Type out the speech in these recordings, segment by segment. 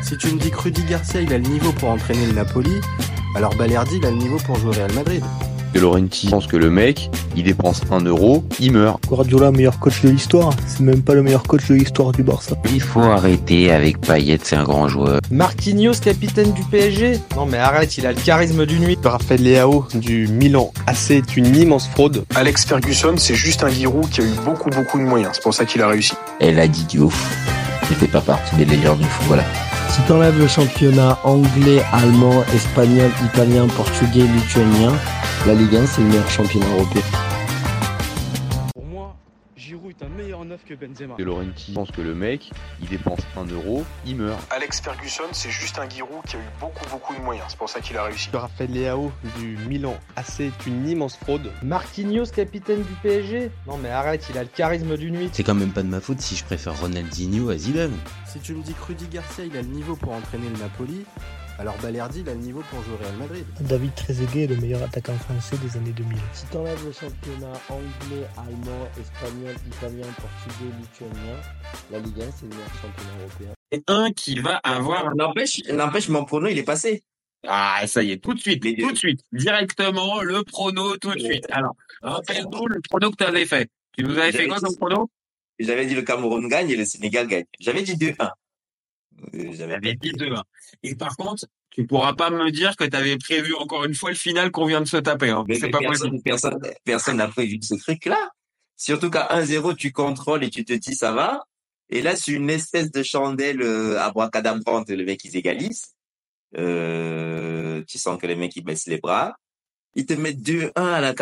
Si tu me dis que Rudy Garcia il a le niveau pour entraîner le Napoli, alors Balerdi il a le niveau pour jouer au Real Madrid. De Laurenti pense que le mec, il dépense 1 euro, il meurt. Guardiola, meilleur coach de l'histoire. C'est même pas le meilleur coach de l'histoire du Barça. Il faut arrêter avec Payet, c'est un grand joueur. Marquinhos, capitaine du PSG? Non mais arrête, il a le charisme d'une nuit. Raphaël Leao du Milan AC est une immense fraude. Alex Ferguson, c'est juste un guirou qui a eu beaucoup de moyens. C'est pour ça qu'il a réussi. Elle a dit Diouf. Il fait pas partie des légendes du foot, voilà. Si t'enlèves le championnat anglais, allemand, espagnol, italien, portugais, lituanien, la Ligue 1 c'est le meilleur championnat européen. Pour moi, Giroud est un meilleur neuf que Benzema. De Laurenti pense que le mec, il dépense 1 euro, il meurt. Alex Ferguson, c'est juste un guirou qui a eu beaucoup de moyens. C'est pour ça qu'il a réussi. Raphaël Leao du Milan AC est une immense fraude. Marquinhos, capitaine du PSG? Non mais arrête, il a le charisme d'une nuit. C'est quand même pas de ma faute si je préfère Ronaldinho à Zidane. Si tu me dis que Rudy Garcia il a le niveau pour entraîner le Napoli, alors Balerdi il a le niveau pour jouer au Real Madrid. David Trezeguet est le meilleur attaquant français des années 2000. Si t'enlèves le championnat anglais, allemand, espagnol, italien, portugais, lituanien, la Ligue 1 c'est le meilleur championnat européen. Et un qui va avoir... N'empêche, mon prono, il est passé. Ah, ça y est, tout de suite, directement, le prono, tout de suite. Alors, rappelle-nous le prono que tu avais fait. Tu nous avais fait quoi comme prono? J'avais dit le Cameroun gagne et le Sénégal gagne. J'avais dit 2-1. J'avais dit 2-1. Et par contre, tu pourras pas me dire que tu avais prévu encore une fois le final qu'on vient de se taper. Hein. Mais c'est pas possible. Personne n'a prévu ce truc-là. Surtout qu'à 1-0, tu contrôles et tu te dis ça va. Et là, c'est une espèce de chandelle abracadabrante, le mec, ils égalisent. Tu sens que les mecs, ils baissent les bras. Ils te mettent 2-1 à la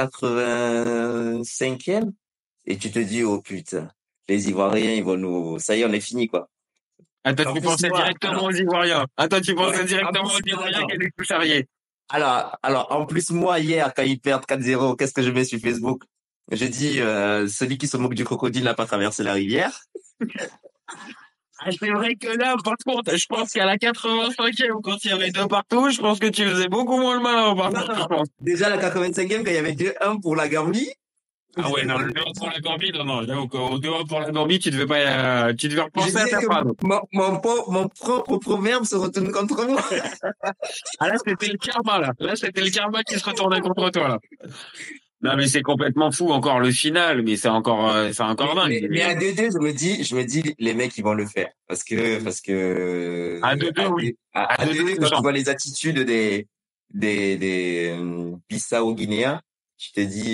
85e. Et tu te dis, oh putain, les Ivoiriens, ils vont nous... Ça y est, on est fini, quoi. Attends, tu pensais directement aux Ivoiriens. Qui est plus charrier. Alors, en plus, moi, hier, quand ils perdent 4-0, qu'est-ce que je mets sur Facebook? Je dis, celui qui se moque du crocodile n'a pas traversé la rivière. C'est vrai que là, par contre, je pense qu'à la 85e, quand il y avait 2 partout, je pense que tu faisais beaucoup moins le malin, par contre, je pense. Déjà, la 85e, quand il y avait 2-1 pour la Gambie. Ah ouais, non, le 2-1 pour la Gambie, non, j'avoue qu'au 2-1 pour la Gambie, tu devais repenser à ta phrase. Mon propre proverbe se retourne contre moi. Ah là, c'était le karma, là. Là, c'était le karma qui se retournait contre toi, là. Non, mais c'est complètement fou, encore le final, mais c'est encore dingue. Mais à 2-2, je me dis, les mecs, ils vont le faire. Parce que, à 2-2, oui. À 2-2, quand tu vois les attitudes des Bissau-Guinéens, tu te dis,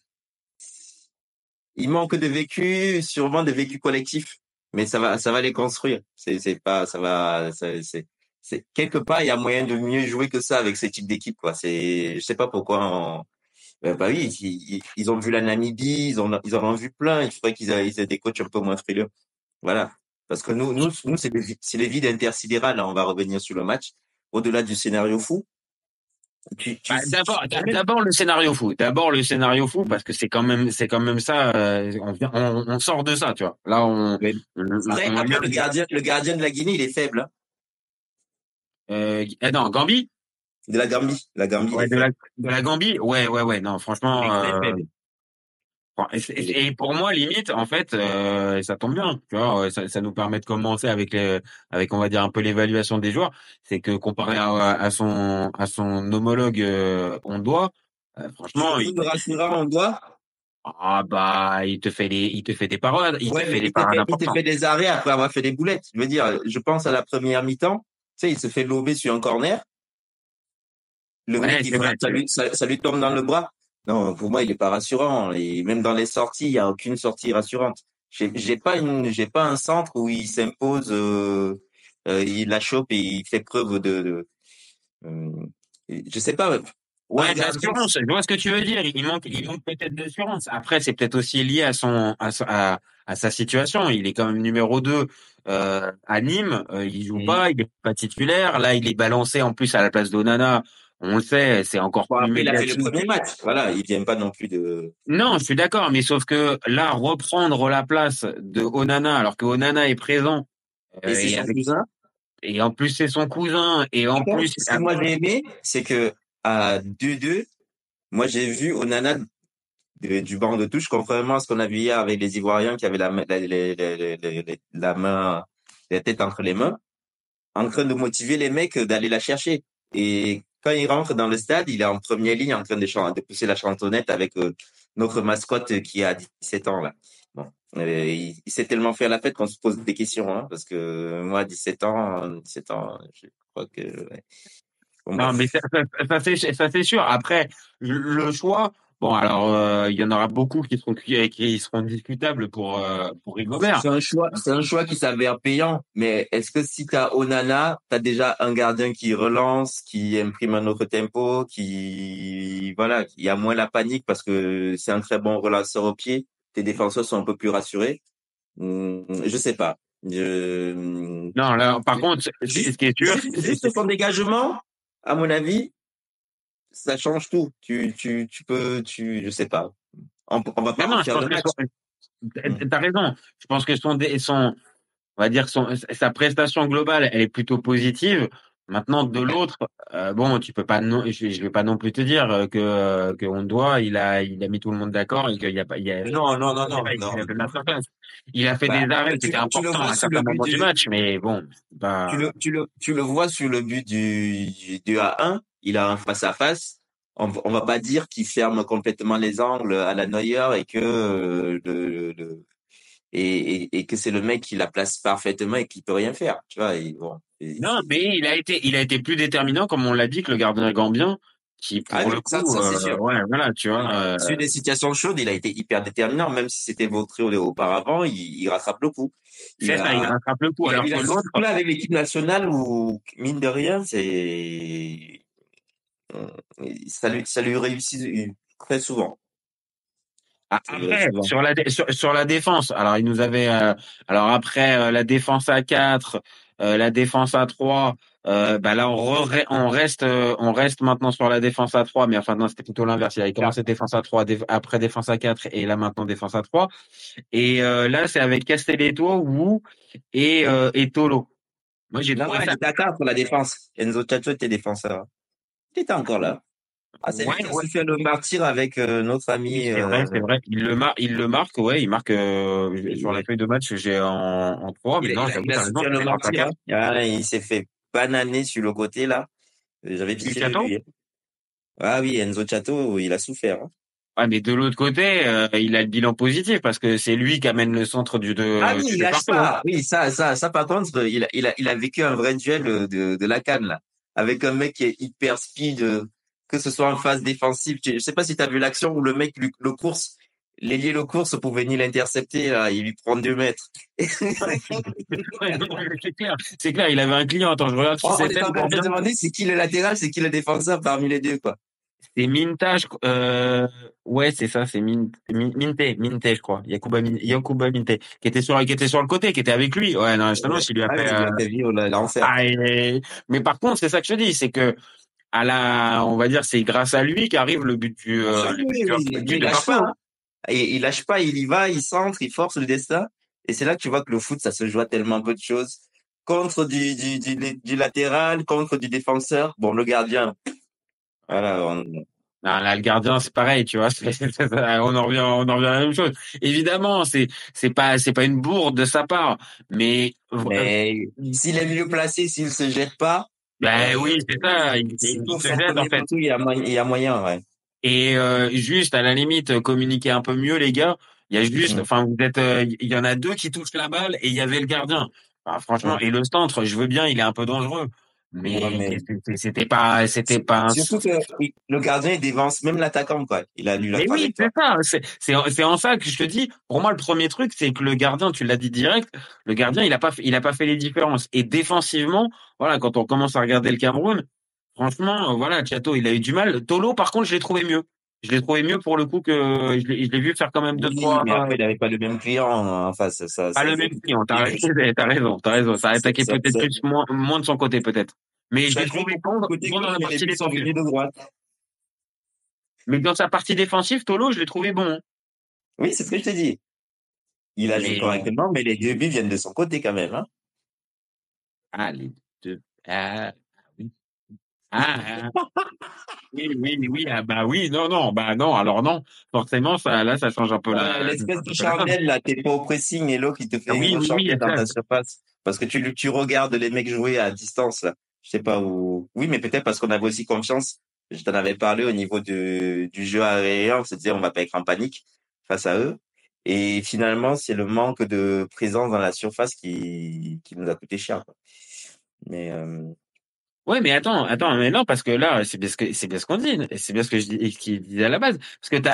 il manque de vécu, sûrement de vécu collectif. Mais ça va les construire. C'est quelque part, il y a moyen de mieux jouer que ça avec ce type d'équipe, quoi. Je sais pas pourquoi bah oui, ils ont vu la Namibie, ils en ont vu plein. Il faudrait qu'ils aient des coachs un peu moins frileux. Voilà. Parce que nous, c'est les vides intersidérales, là. On va revenir sur le match. Au-delà du scénario fou. D'abord le scénario fou. Parce que c'est quand même ça, on sort de ça, tu vois. Là, après, le gardien de la Guinée, il est faible, hein. Non, Gambie? De la Gambie. Ouais, de la Gambie. Ouais. Non, franchement, et pour moi, limite, en fait, ça tombe bien, tu vois, ça nous permet de commencer avec on va dire un peu l'évaluation des joueurs. C'est que comparé à son homologue, Ondoa, franchement, on doit. Ah bah, il te fait des parades, il te fait des arrêts après avoir fait des boulettes. Je veux dire, je pense à la première mi-temps, tu sais, il se fait lober sur un corner. Le mec, ça lui tombe dans le bras. Non, pour moi, il est pas rassurant. Et même dans les sorties, il y a aucune sortie rassurante. J'ai pas un centre où il s'impose, il la chope et il fait preuve je sais pas. Ouais, d'assurance. Je vois ce que tu veux dire. Il manque peut-être d'assurance. Après, c'est peut-être aussi lié à sa situation. Il est quand même numéro 2, à Nîmes. Il joue pas, il est pas titulaire. Là, il est balancé en plus à la place d'Onana. On le sait, c'est encore plus médiatique. Il a fait le premier match. Voilà, il vient pas non plus de... Non, je suis d'accord, mais sauf que là, reprendre la place de Onana, alors que Onana est présent. Et c'est son cousin. Et en plus, c'est son cousin. Et en plus... Ce que moi j'ai aimé, c'est que à 2-2, moi j'ai vu Onana du banc de touche, contrairement à ce qu'on a vu hier avec les Ivoiriens qui avaient la tête entre les mains. en train de motiver les mecs d'aller la chercher. Et quand il rentre dans le stade, il est en première ligne en train de pousser la chansonnette avec notre mascotte qui a 17 ans là. Bon, il s'est tellement fait à la fête qu'on se pose des questions, hein, parce que moi, 17 ans, je crois que... Ouais. Bon, Non, mais ça c'est sûr. Après, le choix, bon, alors il y en aura beaucoup qui seront discutables pour Rigobert. C'est un choix qui s'avère payant, mais est-ce que si t'as Onana, t'as déjà un gardien qui relance, qui imprime un autre tempo, qui a moins la panique parce que c'est un très bon relanceur au pied, tes défenseurs sont un peu plus rassurés. Je sais pas. Non, là, par contre, ce qui est sûr, juste son dégagement, à mon avis, ça change tout. Tu peux, je sais pas. On va pas faire de match. T'as raison. Je pense que on va dire sa prestation globale, elle est plutôt positive. Maintenant, de l'autre, bon, tu peux pas, je vais pas non plus te dire que Ondoa, il a mis tout le monde d'accord et qu'il y a pas, non. Il a fait des arrêts qui étaient importants à certains moments du match, mais bon, tu le vois sur le but du 2-1, il a un face à face. On va pas dire qu'il ferme complètement les angles à la Neuer et que et que c'est le mec qui la place parfaitement et qui peut rien faire, tu vois. Non, mais il a été plus déterminant, comme on l'a dit, que le gardien gambien, qui pour le coup, ça, c'est sûr. ouais, voilà, tu vois. Sur des situations chaudes, il a été hyper déterminant, même si c'était vautré auparavant, il rattrape le coup. Il rattrape le coup. Alors il a l'autre, là avec l'équipe nationale où mine de rien, ça lui réussit très souvent. Après, sur la défense, alors il nous avait, alors après la défense à 4, la défense à 3, bah là on reste maintenant sur la défense à 3, mais enfin non, c'était plutôt l'inverse. Il avait commencé défense à 3, après défense à 4 et là maintenant défense à 3. Et là c'est avec Castelletto, Wu et Tolo. Moi j'ai trouvé ça. D'accord pour la défense. Enzo Chacho était défenseur. Il était encore là. Ah, c'est lui qui a su faire le martyr avec notre ami. C'est vrai. Il le marque, ouais, il marque sur la feuille de match. J'ai en 3, mais non, il a su faire le martyr. Il s'est fait bananer sur le côté là. J'avais pitié de lui. Ah oui, Enzo Chato, il a souffert. Hein. Ah, mais de l'autre côté, il a le bilan positif parce que c'est lui qui amène le centre du oui, il lâche pas. Oui, ça par contre, il a vécu un vrai duel de la CAN là, avec un mec qui est hyper speed. Que ce soit en phase défensive, je sais pas si tu as vu l'action où le mec l'ailier le course pour venir l'intercepter, là, il lui prend 2 mètres. C'est clair, il avait un client. Attends, je regarde. On est en train de se demander c'est qui le latéral, c'est qui le défenseur parmi les deux, quoi. C'est Mintage, ouais, c'est ça, c'est Minte, je crois. Yakuba Minte, qui était sur le côté, qui était avec lui. Ouais, non, justement, il lui a fait, l'enfer. Mais par contre, c'est ça que je te dis, c'est que, on va dire, c'est grâce à lui qu'arrive le but du il lâche pas, hein. Et il lâche pas, il y va, il centre, il force le destin. Et c'est là que tu vois que le foot, ça se joue à tellement peu de choses. Contre du latéral, contre du défenseur. Bon, le gardien. Voilà. Non, là, le gardien, c'est pareil, tu vois. On en revient à la même chose. Évidemment, c'est pas une bourde de sa part, mais s'il est mieux placé, s'il se jette pas. Ben oui, c'est ça. Il se jette, en fait. Il y a moyen, ouais. Et juste, à la limite, communiquer un peu mieux, les gars. Il y a juste, enfin, il y en a 2 qui touchent la balle et il y avait le gardien. Enfin, franchement, et le centre, je veux bien, il est un peu dangereux. Mais c'était pas surtout que le gardien il dévance même l'attaquant, quoi. Il a lu la oui, c'est ça, c'est en ça que je te dis, pour moi le premier truc c'est que le gardien, tu l'as dit direct, le gardien il a pas fait les différences et défensivement, voilà, quand on commence à regarder le Cameroun, franchement, voilà, Chato, il a eu du mal. Tolo par contre, je l'ai trouvé mieux. Je l'ai trouvé mieux pour le coup que je l'ai vu faire quand même 2-3. Mais après, il avait pas le même client en face. Pas le même client. T'as raison. Ça a attaqué peut-être plus, moins de son côté peut-être. Mais je l'ai trouvé bon dans la partie défensive. Mais dans sa partie défensive, Tolo, je l'ai trouvé bon. Oui, c'est ce que je t'ai dit. Il a joué correctement, mais les 2 buts viennent de son côté quand même. Hein. Ah, les 2. Ah, oui. Oui, ah bah oui, non, bah non, alors non, forcément, ça change un peu L'espèce de chandelle, là, t'es pas au pressing et l'autre, il te fait une chandelle dans ta exact. surface. Parce que tu regardes les mecs jouer à distance, là. Je sais pas où. Oui, mais peut-être parce qu'on avait aussi confiance. Je t'en avais parlé au niveau du jeu aérien. On se disait, on va pas être en panique face à eux. Et finalement, c'est le manque de présence dans la surface qui nous a coûté cher, quoi. Mais, Ouais, mais attends, mais non, parce que là, c'est bien ce qu'on dit, c'est bien ce que je dis, ce qu'il disait à la base, parce que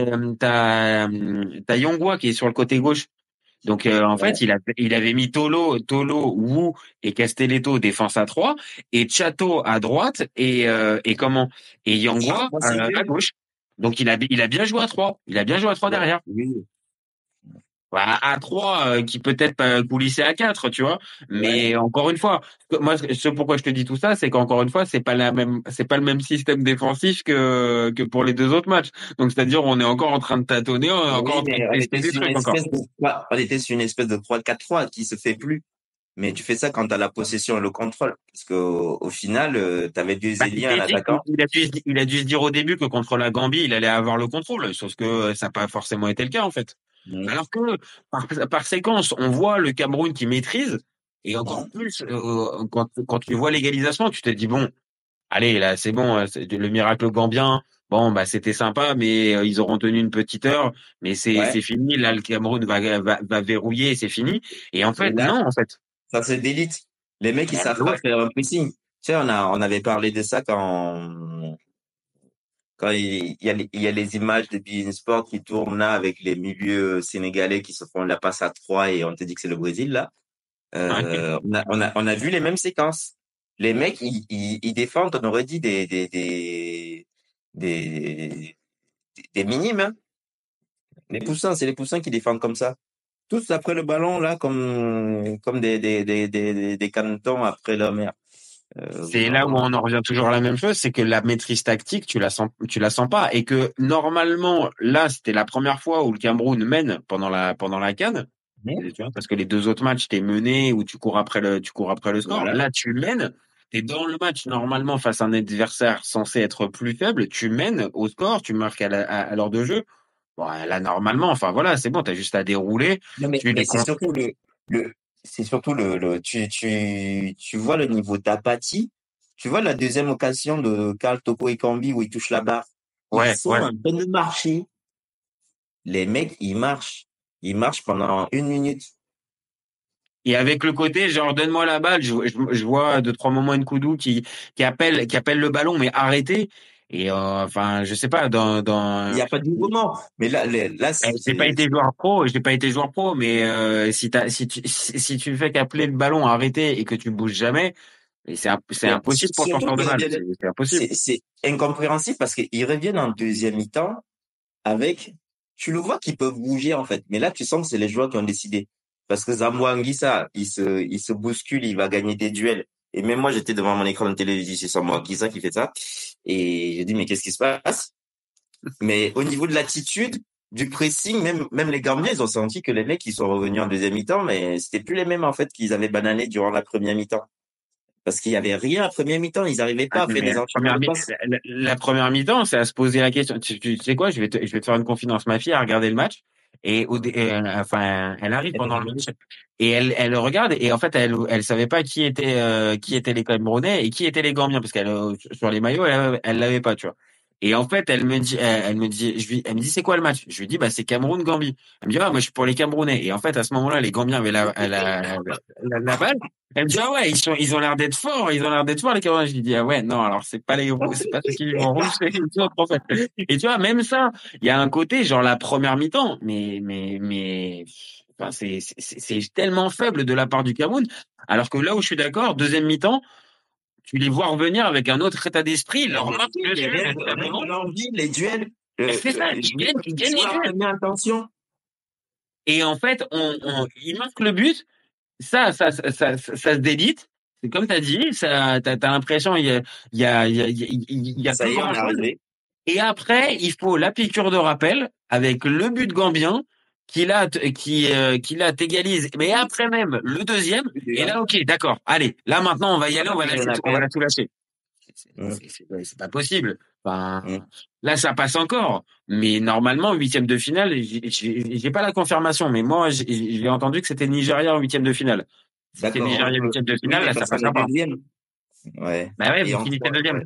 t'as Yongwa qui est sur le côté gauche. Donc en ouais. fait, il avait mis Tolo, Wu et Castelletto défense à 3 et Chato à droite et comment et Yangwa à gauche. Donc il a bien joué à 3. Il a bien joué à 3 derrière. Oui. À 3 qui peut-être coulisser à 4, tu vois. Mais encore une fois, moi ce pourquoi je te dis tout ça, c'est qu'encore une fois, c'est pas le même système défensif que pour les deux autres matchs. Donc c'est-à-dire on est encore en train de tâtonner, on est encore en train de tester des trucs encore. On était sur une espèce de 3-4-3 qui se fait plus. Mais tu fais ça quand tu as la possession et le contrôle. Parce au final, tu avais deux ailiers, un attaquant. Il a dû se dire au début que contre la Gambie, il allait avoir le contrôle. Sauf que ça n'a pas forcément été le cas, en fait. Alors que, par séquence, on voit le Cameroun qui maîtrise. Et encore plus, quand tu vois l'égalisation, tu te dis, bon, allez, là, c'est bon, le miracle gambien. Bon, bah, c'était sympa, mais ils auront tenu une petite heure. Mais c'est fini. Là, le Cameroun va verrouiller et c'est fini. Et en fait, non, en fait. Ça se délite. Les mecs, ils savent pas faire un pressing. Tu sais, on avait parlé de ça quand il y a les images de beIN Sport qui tournent là avec les milieux sénégalais qui se font la passe à 3 et on te dit que c'est le Brésil, là. On a vu les mêmes séquences. Les mecs, ils défendent, on aurait dit des minimes, hein. Les poussins, c'est les poussins qui défendent comme ça. Tous après le ballon, là, comme des canetons après leur mère. C'est là où on en revient toujours à la même chose, c'est que la maîtrise tactique, tu la sens pas, et que normalement, là, c'était la première fois où le Cameroun mène pendant la CAN, tu vois, parce que les deux autres matchs, t'es mené ou tu cours après le score. Voilà. Là, tu mènes, t'es dans le match normalement face à un adversaire censé être plus faible, tu mènes au score, tu marques à l'heure de jeu. Bon, là, normalement, enfin voilà, c'est bon, t'as juste à dérouler. Non, mais c'est surtout c'est surtout tu vois le niveau d'apathie. Tu vois la deuxième occasion de Karl Toko Ekambi où il touche la barre. Ils sont en train de marcher. Les mecs, ils marchent. Ils marchent pendant 1 minute. Et avec le côté, genre, donne-moi la balle, je vois 2-3 moments Nkoudou qui appelle le ballon, mais arrêtez. Et enfin, je sais pas, il y a pas de mouvement. Mais là j'ai pas été joueur pro, mais si tu fais qu'appeler le ballon, arrêter et que tu bouges jamais, c'est impossible pour ton de balle. C'est impossible. C'est incompréhensible parce qu'ils reviennent en deuxième mi-temps avec, tu le vois qu'ils peuvent bouger en fait, mais là tu sens que c'est les joueurs qui ont décidé. Parce que Zambo Anguissa, il se bouscule, il va gagner des duels. Et même moi, j'étais devant mon écran de télévision, c'est Zambo Anguissa qui fait ça. Et j'ai dit, mais qu'est-ce qui se passe? Mais au niveau de l'attitude, du pressing, même les Gambiens, ils ont senti que les mecs, ils sont revenus en deuxième mi-temps, mais c'était plus les mêmes, en fait, qu'ils avaient banané durant la première mi-temps. Parce qu'il y avait rien à première mi-temps, ils n'arrivaient pas à faire des enchaînements. La première mi-temps, c'est à se poser la question. Tu sais quoi, je vais te faire une confidence. Ma fille a regardé le match. Enfin, elle arrive pendant le match et elle regarde et en fait elle savait pas qui étaient les Camerounais et qui étaient les Gambiens parce qu'elle sur les maillots elle l'avait pas, tu vois. Et en fait elle me dit c'est quoi le match? Je lui dis bah c'est Cameroun Gambie. Elle me dit ah moi je suis pour les Camerounais et en fait à ce moment-là les Gambiens avaient la balle. Elle me dit ah ouais ils ont l'air d'être forts les Camerounais. Je lui dis ah ouais non alors c'est pas ceux qui vont rouge c'est les autres en fait. Et tu vois même ça il y a un côté genre la première mi-temps mais enfin c'est tellement faible de la part du Cameroun alors que là où je suis d'accord deuxième mi-temps tu les vois revenir avec un autre état d'esprit leur marque l'envie les duels c'est ça ils gagnent les duels. Attention. Et en fait ils marquent le but ça se délite. C'est comme t'as dit, t'as l'impression il y a ça y est, on est arrivé. Et après, il faut la piqûre de rappel avec le but gambien qui t'égalise. Mais après même le deuxième. Et là, ok, d'accord. Allez, là maintenant on va y aller, on va la tout lâcher. c'est pas possible. Enfin, là, ça passe encore. Mais normalement, huitième de finale, j'ai pas la confirmation, mais moi, j'ai entendu que c'était Nigeria en huitième de finale. Si c'est Nigeria en huitième de finale, là, ça passera pas. Ouais. Bah ouais, vous finissez deuxième.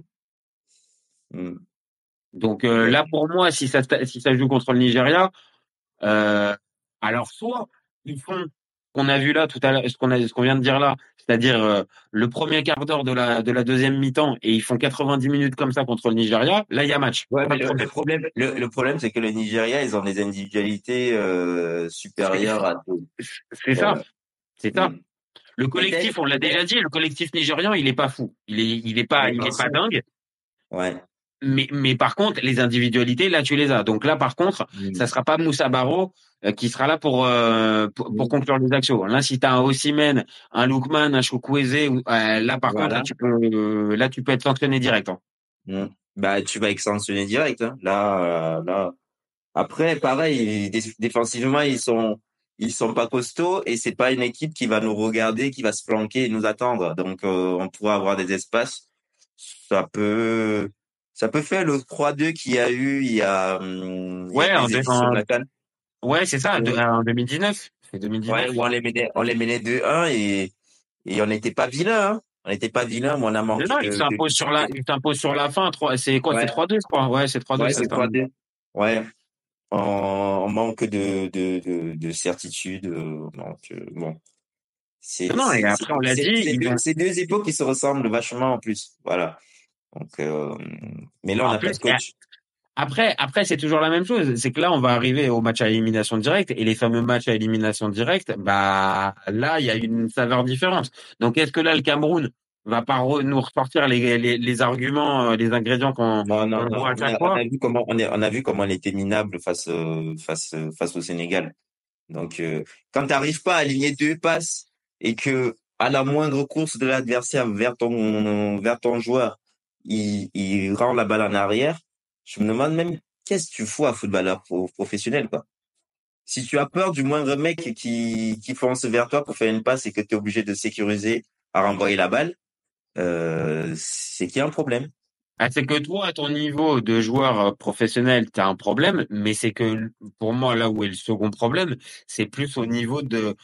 Donc là, pour moi, si ça joue contre le Nigeria, alors soit ils font qu'on a vu là tout à l'heure, ce qu'on vient de dire là, c'est-à-dire le premier quart d'heure de la deuxième mi-temps et ils font 90 minutes comme ça contre le Nigeria, là il y a match. Ouais, mais le problème c'est que le Nigeria, ils ont des individualités supérieures à tout. C'est ça. C'est ça. Le collectif, on l'a déjà dit, le collectif nigérian, il est pas fou. Il est pas dingue. Ouais. Mais par contre, les individualités, là, tu les as. Donc là, par contre, ça sera pas Moussa Barrow qui sera là pour conclure les actions. Là, si t'as un Osimhen, un Lookman, un Chukwueze, là, par contre, là, tu peux être sanctionné direct. Hein. Bah, tu vas être sanctionné direct. Hein. Là. Après, pareil, défensivement, ils sont pas costauds et c'est pas une équipe qui va nous regarder, qui va se flanquer et nous attendre. Donc, on pourra avoir des espaces. Ça peut faire le 3-2 qu'il y a eu il y a ouais, c'est ça, en 2019. C'est 2019. Ouais, où on les menait 2-1 et on n'était pas vilain, hein. On n'était pas vilain, mais on a manqué. Non, il t'impose sur la fin. C'est quoi? C'est 3-2, je crois. Ouais, c'est 3-2. Ouais, c'est 3-2. Ouais. On manque de certitude. Donc, bon. Non, et après, on l'a dit. C'est deux époques qui se ressemblent vachement en plus. Voilà. Donc, mais là, on n'a pas de coach. Après, c'est toujours la même chose. C'est que là, on va arriver au match à élimination directe et les fameux matchs à élimination directe, bah, là, il y a une saveur différente. Donc, est-ce que là, le Cameroun va pas nous ressortir les arguments, les ingrédients qu'on voit à chaque fois? On a vu comment on était minable face au Sénégal. Donc, quand t'arrives pas à aligner deux passes et que à la moindre course de l'adversaire vers ton joueur, il rend la balle en arrière, je me demande même qu'est-ce que tu fous à footballeur professionnel, quoi. Si tu as peur du moindre mec qui fonce vers toi pour faire une passe et que tu es obligé de sécuriser à renvoyer la balle, c'est qu'il y a un problème. C'est que toi, à ton niveau de joueur professionnel, tu as un problème, mais c'est que pour moi, là où est le second problème, c'est plus au niveau du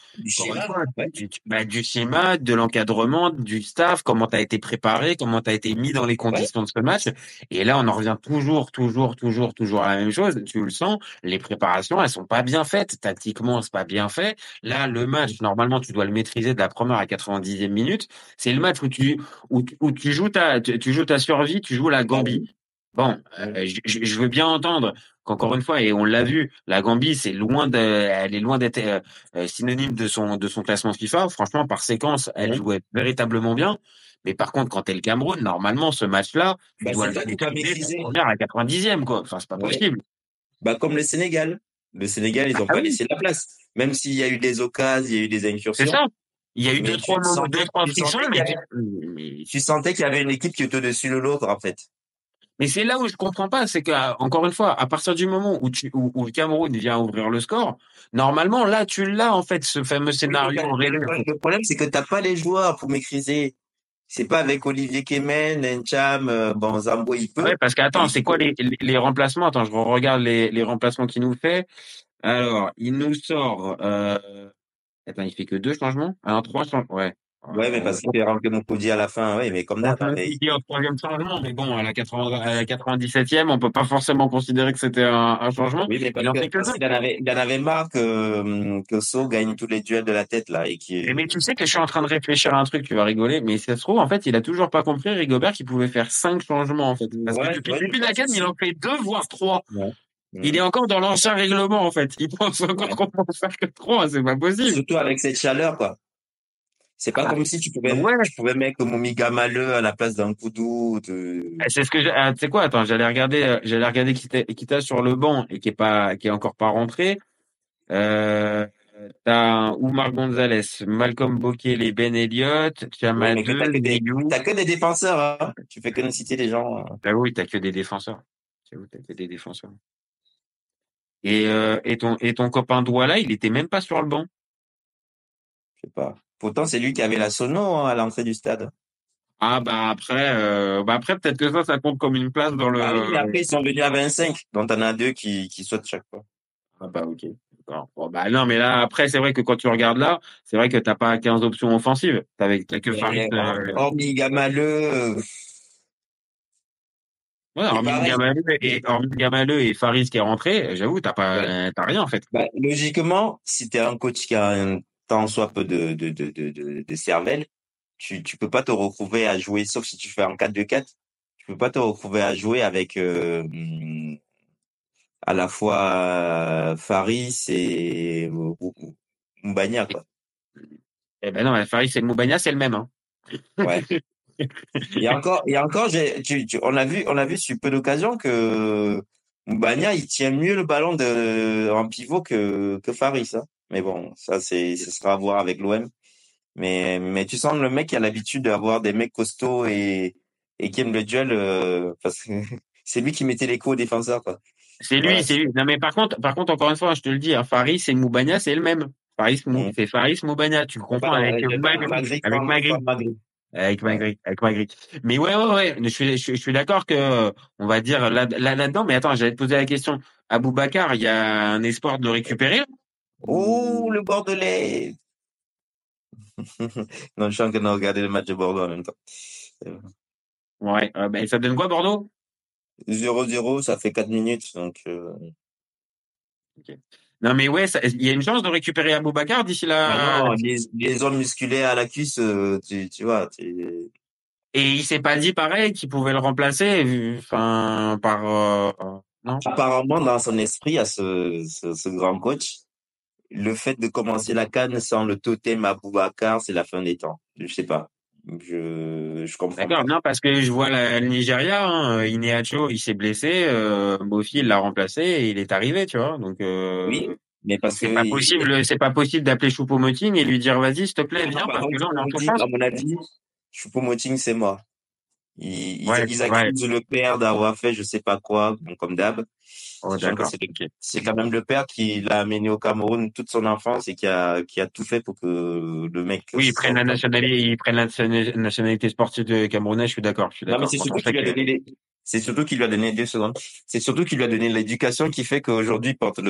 schéma, de l'encadrement, du staff, comment tu as été préparé, comment tu as été mis dans les conditions de ce match. Et là, on en revient toujours à la même chose. Tu le sens, les préparations, elles sont pas bien faites. Tactiquement, c'est pas bien fait. Là, le match, normalement, tu dois le maîtriser de la première à 90e minute. C'est le match où tu joues ta survie, tu joues la Gambie. Bon, je veux bien entendre qu'encore une fois, et on l'a vu, la Gambie, elle est loin d'être synonyme de son classement FIFA. Franchement, par séquence, elle jouait véritablement bien. Mais par contre, quand t'es le Cameroun, normalement, ce match-là, tu dois le maîtriser à la 90e, quoi. Enfin, c'est pas possible. Bah, comme le Sénégal. Le Sénégal, ils ont pas laissé la place. Même s'il y a eu des occasions, il y a eu des incursions. C'est ça. Il y a eu deux, trois frictions, mais tu sentais qu'il y avait une équipe qui était au-dessus de l'autre, en fait. Mais c'est là où je comprends pas, c'est que, encore une fois, à partir du moment où le Cameroun vient ouvrir le score, normalement, là, tu l'as, en fait, ce fameux scénario. Le problème, c'est que t'as pas les joueurs pour maîtriser. C'est pas avec Olivier Kemen, Ncham, Zambo, il peut. Ouais, parce qu'attends, c'est quoi les remplacements? Attends, je regarde les remplacements qu'il nous fait. Alors, il nous sort, attends, il fait que 2 changements? Alors, 3 changements, ouais. Ouais, mais parce qu'il fait rentrer Mokodi à la fin, oui, mais comme d'hab. Il dit un troisième changement, mais bon, à la 97e, on peut pas forcément considérer que c'était un changement. Oui, mais parce qu'il en avait marre que So gagne tous les duels de la tête, là, Mais tu sais que je suis en train de réfléchir à un truc, tu vas rigoler, mais ça se trouve, en fait, il a toujours pas compris, Rigobert, qu'il pouvait faire 5 changements, en fait. Parce que depuis le début de la canne, il en fait 2, voire 3. Ouais. Il est encore dans l'ancien règlement, en fait. Il pense encore qu'on peut faire que 3, c'est pas possible. Surtout avec cette chaleur, quoi. C'est pas comme si tu pouvais mettre Momiga Maleux à la place d'un Koudou. C'est ce que tu sais quoi, attends, j'allais regarder qui t'a sur le banc et qui est encore pas rentré. T'as Oumar Gonzalez, Malcolm Bokele, Ben Elliott, T'as que des défenseurs, hein. Tu fais que nous citer des gens. Ah oui, t'as que des défenseurs. Et ton copain Douala, il était même pas sur le banc. Je sais pas. Pourtant, c'est lui qui avait la sono à l'entrée du stade. Ah après peut-être que ça compte comme une place dans Ah oui, mais le. après, ils sont venus à 25. Donc, t'en as deux qui sautent chaque fois. Ah bah ok. D'accord. Bon, bah non, mais là après c'est vrai que quand tu regardes là, c'est vrai que t'as pas 15 options offensives. T'as que Farid. Mais hormis Gamaleu, Ouais, et pareil. hormis Gamaleu et Faris qui est rentré, j'avoue Ouais. t'as rien en fait. Bah, logiquement, si t'es un coach qui a un tant soit peu de cervelle, tu peux pas te retrouver à jouer, sauf si tu fais un 4-2-4, tu peux pas te retrouver à jouer avec à la fois Faris et Mbagna, quoi. Eh ben non, Faris et Moubania c'est le même. Hein. Ouais. Et encore, on a vu sur peu d'occasions que Mbagna, il tient mieux le ballon en pivot que Faris, hein. Mais bon, ce sera à voir avec l'OM. Mais tu sens le mec qui a l'habitude d'avoir des mecs costauds et qui aiment le duel, parce que c'est lui qui mettait les coups aux défenseurs, quoi. Voilà. C'est lui. Non mais par contre encore une fois, je te le dis, hein, Faris et Moubania c'est le même. C'est Faris Moubania. Tu le confonds avec Magri, Magri. Avec ouais. Magri. Mais ouais. Je suis d'accord que, on va dire, là-dedans, mais attends, j'allais te poser la question. Aboubacar, il y a un espoir de le récupérer, là? Oh, le Bordelais! Non, je suis en train de regarder le match de Bordeaux en même temps. Ouais, ben, ça donne quoi, Bordeaux? 0-0, ça fait 4 minutes, donc Ok. Non, mais ouais, il y a une chance de récupérer Aboubacar d'ici là. non, les zones musculaires à la cuisse, tu vois, Et il s'est pas dit pareil qu'il pouvait le remplacer, enfin, non? apparemment, dans son esprit, à ce grand coach, le fait de commencer la CAN sans le totem Aboubacar, c'est la fin des temps. Je sais pas. Je comprends D'accord, pas. non, parce que je vois le Nigeria, hein, Iheanacho, il s'est blessé, Mofi, il l'a remplacé et il est arrivé, tu vois. Donc, Oui, mais donc parce que, c'est pas possible d'appeler Choupo-Moting et lui dire, vas-y, s'il te plaît, viens, par parce que contre, là, on est en confiance. à mon avis, Choupo-Moting, c'est mort. Ouais, Ils ouais. accusent le père d'avoir fait je sais pas quoi, bon, comme d'hab, Oh, sachant que d'accord. Ok. c'est quand même le père qui l'a amené au Cameroun toute son enfance et qui a tout fait pour que le mec Oui, sorte. ils prennent la nationalité sportive de Camerounais, je suis Non, mais d'accord. Quand on sait que, c'est surtout qu'il lui a donné 2 secondes. C'est surtout qu'il lui a donné l'éducation qui fait qu'aujourd'hui il porte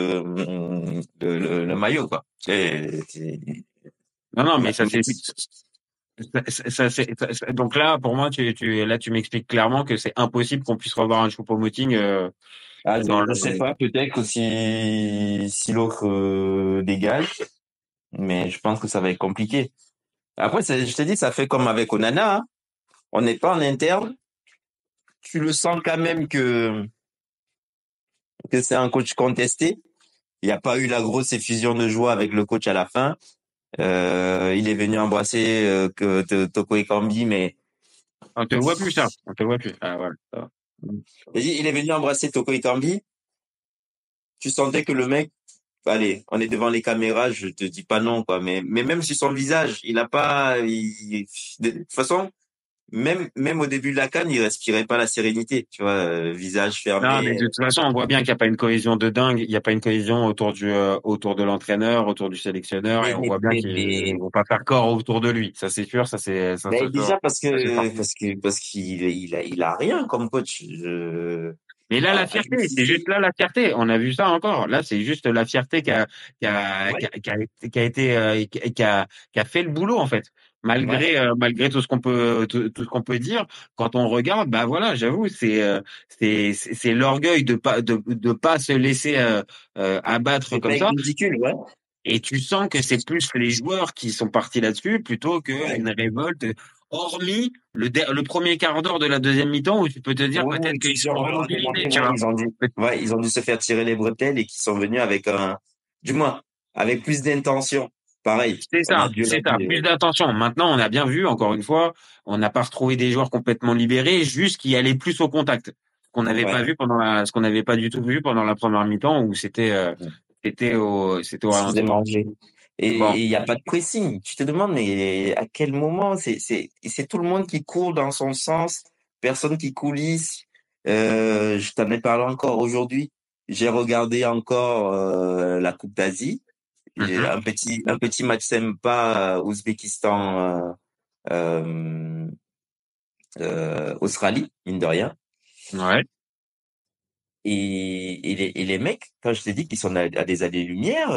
le maillot, quoi. non, Il a mais tout ça, fait. donc là, pour moi, là, tu m'expliques clairement que c'est impossible qu'on puisse revoir un Choupo-Moting, Ah, dans je sais pas, peut-être que si l'autre dégage, mais je pense que ça va être compliqué. Après, je te dis, ça fait comme avec Onana, hein. On n'est pas en interne. Tu le sens quand même que c'est un coach contesté. Il n'y a pas eu la grosse effusion de joie avec le coach à la fin. Il est venu embrasser Toko Ekambi, mais On te voit plus, ça. On te voit plus. Ah, voilà. Ça va. il est venu embrasser Toko Ekambi. Tu sentais que le mec, allez, on est devant les caméras, je te dis pas non, quoi, mais même sur son visage, il a pas, de toute façon, même au début de la CAN, il respirait pas la sérénité, tu vois, visage Non, mais fermé. de toute façon, on voit bien qu'il n'y a pas une cohésion de dingue. Il n'y a pas une cohésion autour de l'entraîneur, autour du sélectionneur, et Mais, on mais, voit bien mais, qu'ils mais, vont pas faire corps autour de lui. Ça, c'est sûr. Ça, mais déjà ça c'est fort. parce qu'il il a rien comme coach. Mais là, la Ah, fierté, c'est juste là la fierté. On a vu ça encore. Là, c'est juste la fierté qui a fait le boulot, en fait. ouais. Malgré tout ce qu'on peut dire, quand on regarde, bah voilà, j'avoue, c'est l'orgueil de pas se laisser abattre C'est comme pas ça. ridicule, ouais. Et tu sens que c'est plus les joueurs qui sont partis là-dessus plutôt Ouais. qu'une révolte, hormis le premier quart d'heure de la deuxième mi-temps où tu peux te dire Ouais, peut-être qu'ils qui sont ont vraiment remobilisés, démontré, tu vois. ils ont dû se faire tirer les bretelles et qui sont venus du moins, avec plus d'intention. Pareil, on a dû leur C'est ça, dire. plus d'attention. Maintenant, on a bien vu, encore une fois, on n'a pas retrouvé des joueurs complètement libérés, juste qui allaient plus au contact. Ouais. Ce qu'on n'avait pas du tout vu pendant la première mi-temps où c'était au Se faisait ralenti. manger. Bon. Et il n'y a pas de pressing. Tu te demandes, mais à quel moment c'est tout le monde qui court dans son sens, personne qui coulisse. Je t'en ai parlé encore aujourd'hui. J'ai regardé encore la Coupe d'Asie. Mhm. Un petit match sympa Ouzbékistan Australie, mine de rien. Ouais. Et les mecs, quand je t'ai dit qu'ils sont à des années-lumière,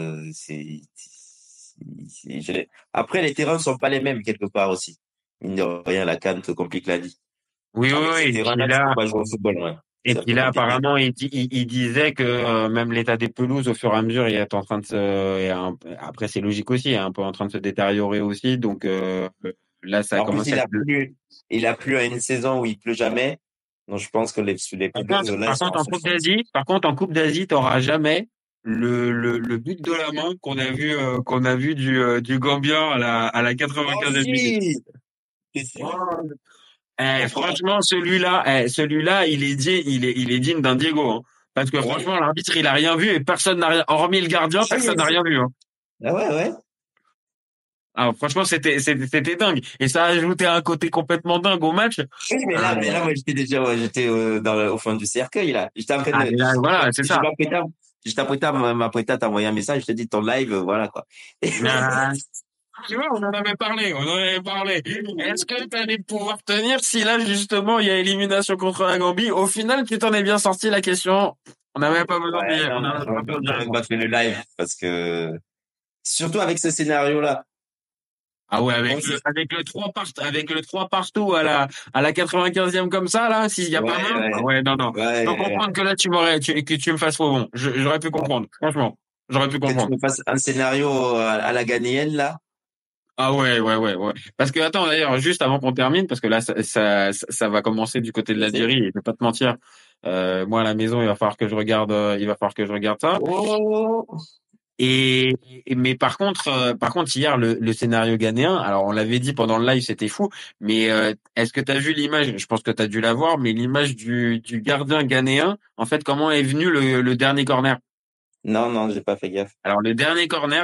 après, les terrains sont pas les mêmes quelque part aussi. Mine de rien, la CAN te complique la vie. Oui, Avec oui, ces oui. terrains-là, tu peux pas jouer au football, ouais. Et C'est un puis peu là, compliqué. apparemment, il disait que même l'état des pelouses, au fur et à mesure, il est en train de après, c'est logique aussi, est un peu en train de se détériorer aussi. Donc là, ça a En plus, commencé à... il a plu à une saison où il pleut jamais. Donc, je pense que les pelouses, là, elles sont en souffrance. Par contre, en Coupe d'Asie, t'auras jamais le but de la main qu'on a vu du Gambien à la Oh, 95e minute. si! C'est sûr. Franchement, celui-là, il est digne d'un Diego, hein. Parce que franchement, l'arbitre, il a rien vu et personne n'a rien, hormis le gardien, personne n'a rien vu, hein. Ah ouais, ouais. Ah, franchement, c'était dingue. Et ça a ajouté un côté complètement dingue au match. Oui, mais là, moi, j'étais au fond du cercueil, là. J'étais en train de, Là, voilà, c'est ça. J'étais m'apprêtais à t'envoyer un message, je te dis ton live, voilà, quoi. Tu vois, on en avait parlé. Est-ce que tu allais pouvoir tenir si là, justement, il y a élimination contre la Gambie? Au final, tu t'en es bien sorti, la question. On n'avait pas besoin de dire. On n'aurait pas fait le live, parce que, surtout avec ce scénario-là. Ah ouais, avec le 3 partout à la 95e comme ça, là, s'il y a pas main. Ouais, non. Je peux comprendre que là, que tu me fasses faux bon. J'aurais pu comprendre. Franchement. J'aurais pu comprendre. Que tu me fasses un scénario à la ghanéenne, là. Ah ouais. Parce que, attends, d'ailleurs, juste avant qu'on termine, parce que là, ça va commencer du côté de l'Algérie, et je vais pas te mentir. Moi, à la maison, il va falloir que je regarde ça. Oh. Mais par contre, hier, le scénario ghanéen, alors on l'avait dit pendant le live, c'était fou, mais est-ce que tu as vu l'image? Je pense que tu as dû la voir, mais l'image du gardien ghanéen, en fait, comment est venu le dernier corner? Non, j'ai pas fait gaffe. Alors le dernier corner,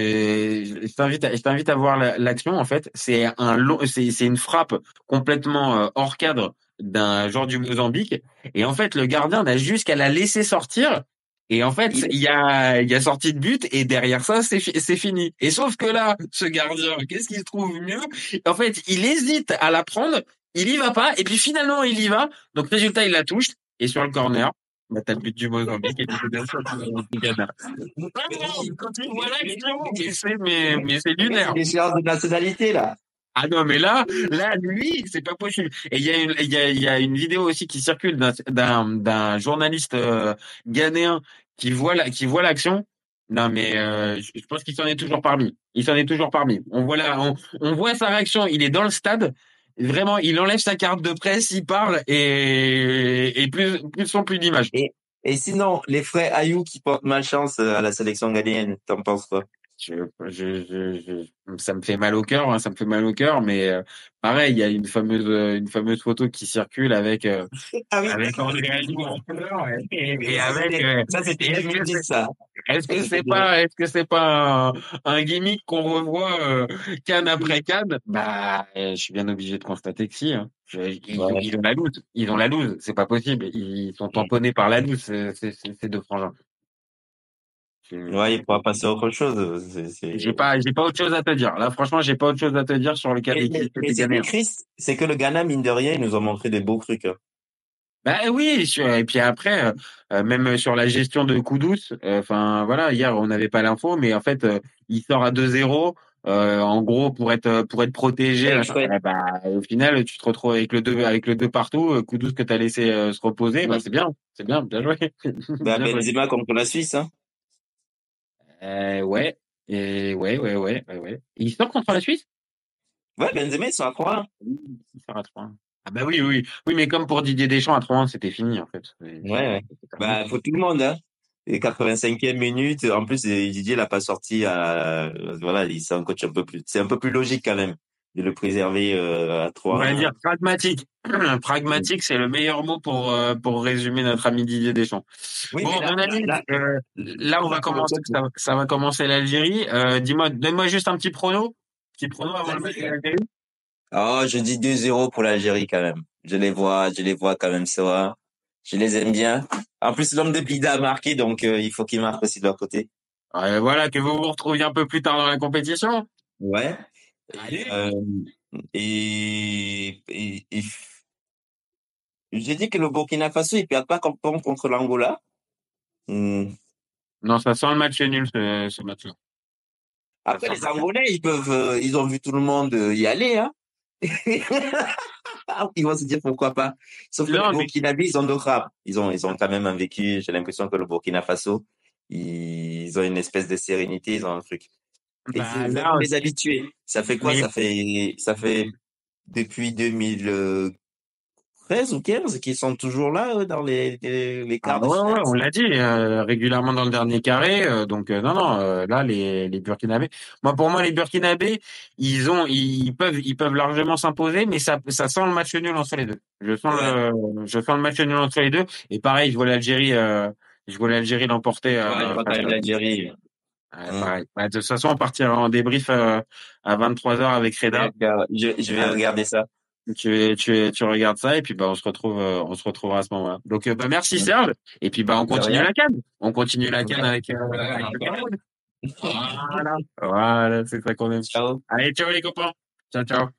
je t'invite à voir l'action. En fait, c'est une frappe complètement hors cadre d'un joueur du Mozambique, et en fait, le gardien n'a juste qu'à la laisser sortir. Et en fait, il y a sortie de but et derrière ça, c'est fini. Et sauf que là, ce gardien, qu'est-ce qu'il se trouve mieux? En fait, il hésite à la prendre, il y va pas, et puis finalement, il y va. Donc résultat, il la touche et sur le corner, bah, t'as le but du Mozambique et tu bien sûr du Ghana. Quand tu vois l'action, mais c'est lunaire. Il échéance de nationalité, là. Ah non, mais là, lui, c'est pas possible. Et il y a une vidéo aussi qui circule d'un journaliste ghanéen qui voit l'action. Non, mais je pense qu'il s'en est toujours parmi. On voit sa réaction. Il est dans le stade. Vraiment, il enlève sa carte de presse, il parle et plus son plus d'image. Et sinon, les frères Ayou qui portent malchance à la sélection ghanéenne, t'en penses quoi? Ça me fait mal au cœur, hein, mais pareil, il y a une fameuse photo qui circule avec avec André Ayou en pleurs et avec ça c'était ça. Est-ce que c'est pas un gimmick qu'on revoit CAN après CAN? Bah, je suis bien obligé de constater que si, hein. Ils ont la loose, c'est pas possible. Ils sont tamponnés par la loose, ces deux frangins. Ouais, il pourra passer à autre chose. J'ai pas autre chose à te dire. Là, franchement, j'ai pas autre chose à te dire sur le cas des c'est que le Ghana, mine de rien, ils nous ont montré des beaux trucs, hein. Bah oui, et puis après, même sur la gestion de Kudus, enfin voilà, hier on n'avait pas l'info, mais en fait, il sort à 2-0, en gros pour être protégé. Bah, au final, tu te retrouves avec le 2 partout, Kudus que t'as laissé se reposer, bah c'est bien joué. Bah Benzema contre la Suisse, hein. Ouais. Il sort contre la Suisse? Ouais, Benzema, ils sont à 3-1. Il sort à 3-1. Ah bah oui, mais comme pour Didier Deschamps à 3-1, c'était fini en fait. Ouais. Bah faut tout le monde, hein. Et 85e minute, en plus Didier l'a pas sorti voilà, c'est un coach c'est un peu plus logique quand même de le préserver à 3. On va dire pragmatique. Pragmatique, c'est le meilleur mot pour résumer notre ami Didier Deschamps. Oui, bon, mon ami, là on va commencer, ça va commencer l'Algérie. Donne-moi juste un petit prono avant le match de l'Algérie. Oh, je dis 2-0 pour l'Algérie quand même. Je les vois quand même ça. Je les aime bien. En plus, l'homme de Blida a marqué, donc il faut qu'il marque aussi de leur côté. Voilà, que vous vous retrouviez un peu plus tard dans la compétition. Ouais. Allez. Et J'ai dit que le Burkina Faso, ils perdent pas contre l'Angola. Non, ça sent le match nul, ce match-là. Après, les Angolais, ils ont vu tout le monde y aller, hein. Ils vont se dire pourquoi pas. Sauf que les Burkinabés, ils ont d'autres rames. Ils ont quand même un vécu. J'ai l'impression que le Burkina Faso, ils ont une espèce de sérénité, ils ont un truc. Et les habitués. Ça fait quoi? Ça fait depuis 2013 ou 15 qu'ils sont toujours là dans les quarts de finale. Ouais, on l'a dit, régulièrement dans le dernier carré. Donc non, là les Burkinabés. Pour moi les Burkinabés, ils peuvent largement s'imposer, mais ça sent le match nul entre les deux. Je sens le match nul entre les deux. Et pareil, je vois l'Algérie l'emporter. L'Algérie. Pareil. De toute façon, on partira en débrief à 23h avec Reda. Je vais regarder ça. Tu regardes ça et puis on se retrouvera à ce moment-là. Donc merci Serge et puis on continue la CAN. On continue la CAN avec le Cameroun. Voilà, c'est ça qu'on aime. Ciao. Allez, ciao les copains. Ciao.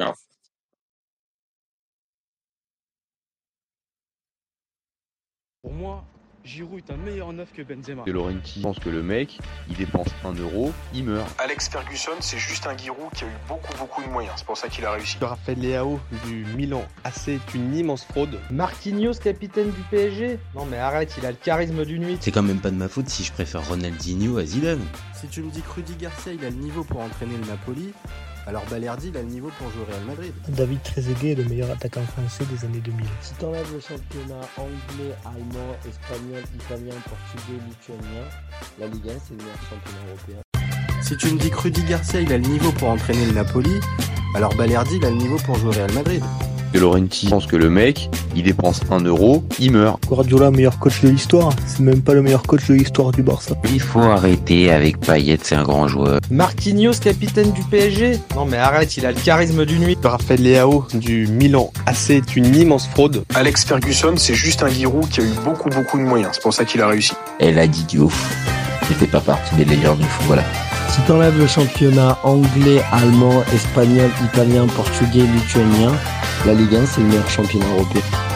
Pour moi, Giroud est un meilleur neuf que Benzema. De Laurenti pense que le mec, il dépense 1 euro, il meurt. Alex Ferguson, c'est juste un Giroud qui a eu beaucoup de moyens. C'est pour ça qu'il a réussi. Raphaël Leao du Milan AC est une immense fraude. Marquinhos, capitaine du PSG? Non mais arrête, il a le charisme d'une nuit. C'est quand même pas de ma faute si je préfère Ronaldinho à Zidane. Si tu me dis que Rudy Garcia, il a le niveau pour entraîner le Napoli, alors Balerdi, il a le niveau pour jouer au Real Madrid. David Trezeguet est le meilleur attaquant français des années 2000. Si t'enlèves le championnat anglais, allemand, espagnol, italien, portugais, lituanien, la Ligue 1 c'est le meilleur championnat européen. Si tu me dis que Rudy Garcia, il a le niveau pour entraîner le Napoli, alors Balerdi, il a le niveau pour jouer au Real Madrid. De Laurenti pense que le mec, il dépense 1 euro, il meurt. Guardiola, meilleur coach de l'histoire. C'est même pas le meilleur coach de l'histoire du Barça. Il faut arrêter avec Payet, c'est un grand joueur. Marquinhos, capitaine du PSG? Non mais arrête, il a le charisme d'une nuit. Raphaël Leao du Milan AC est une immense fraude. Alex Ferguson, c'est juste un Giroud qui a eu beaucoup de moyens. C'est pour ça qu'il a réussi. Elle a dit Diouf. C'était pas partie des légendes du foot, voilà. Si t'enlèves le championnat anglais, allemand, espagnol, italien, portugais, lituanien, la Ligue 1 c'est le meilleur championnat européen.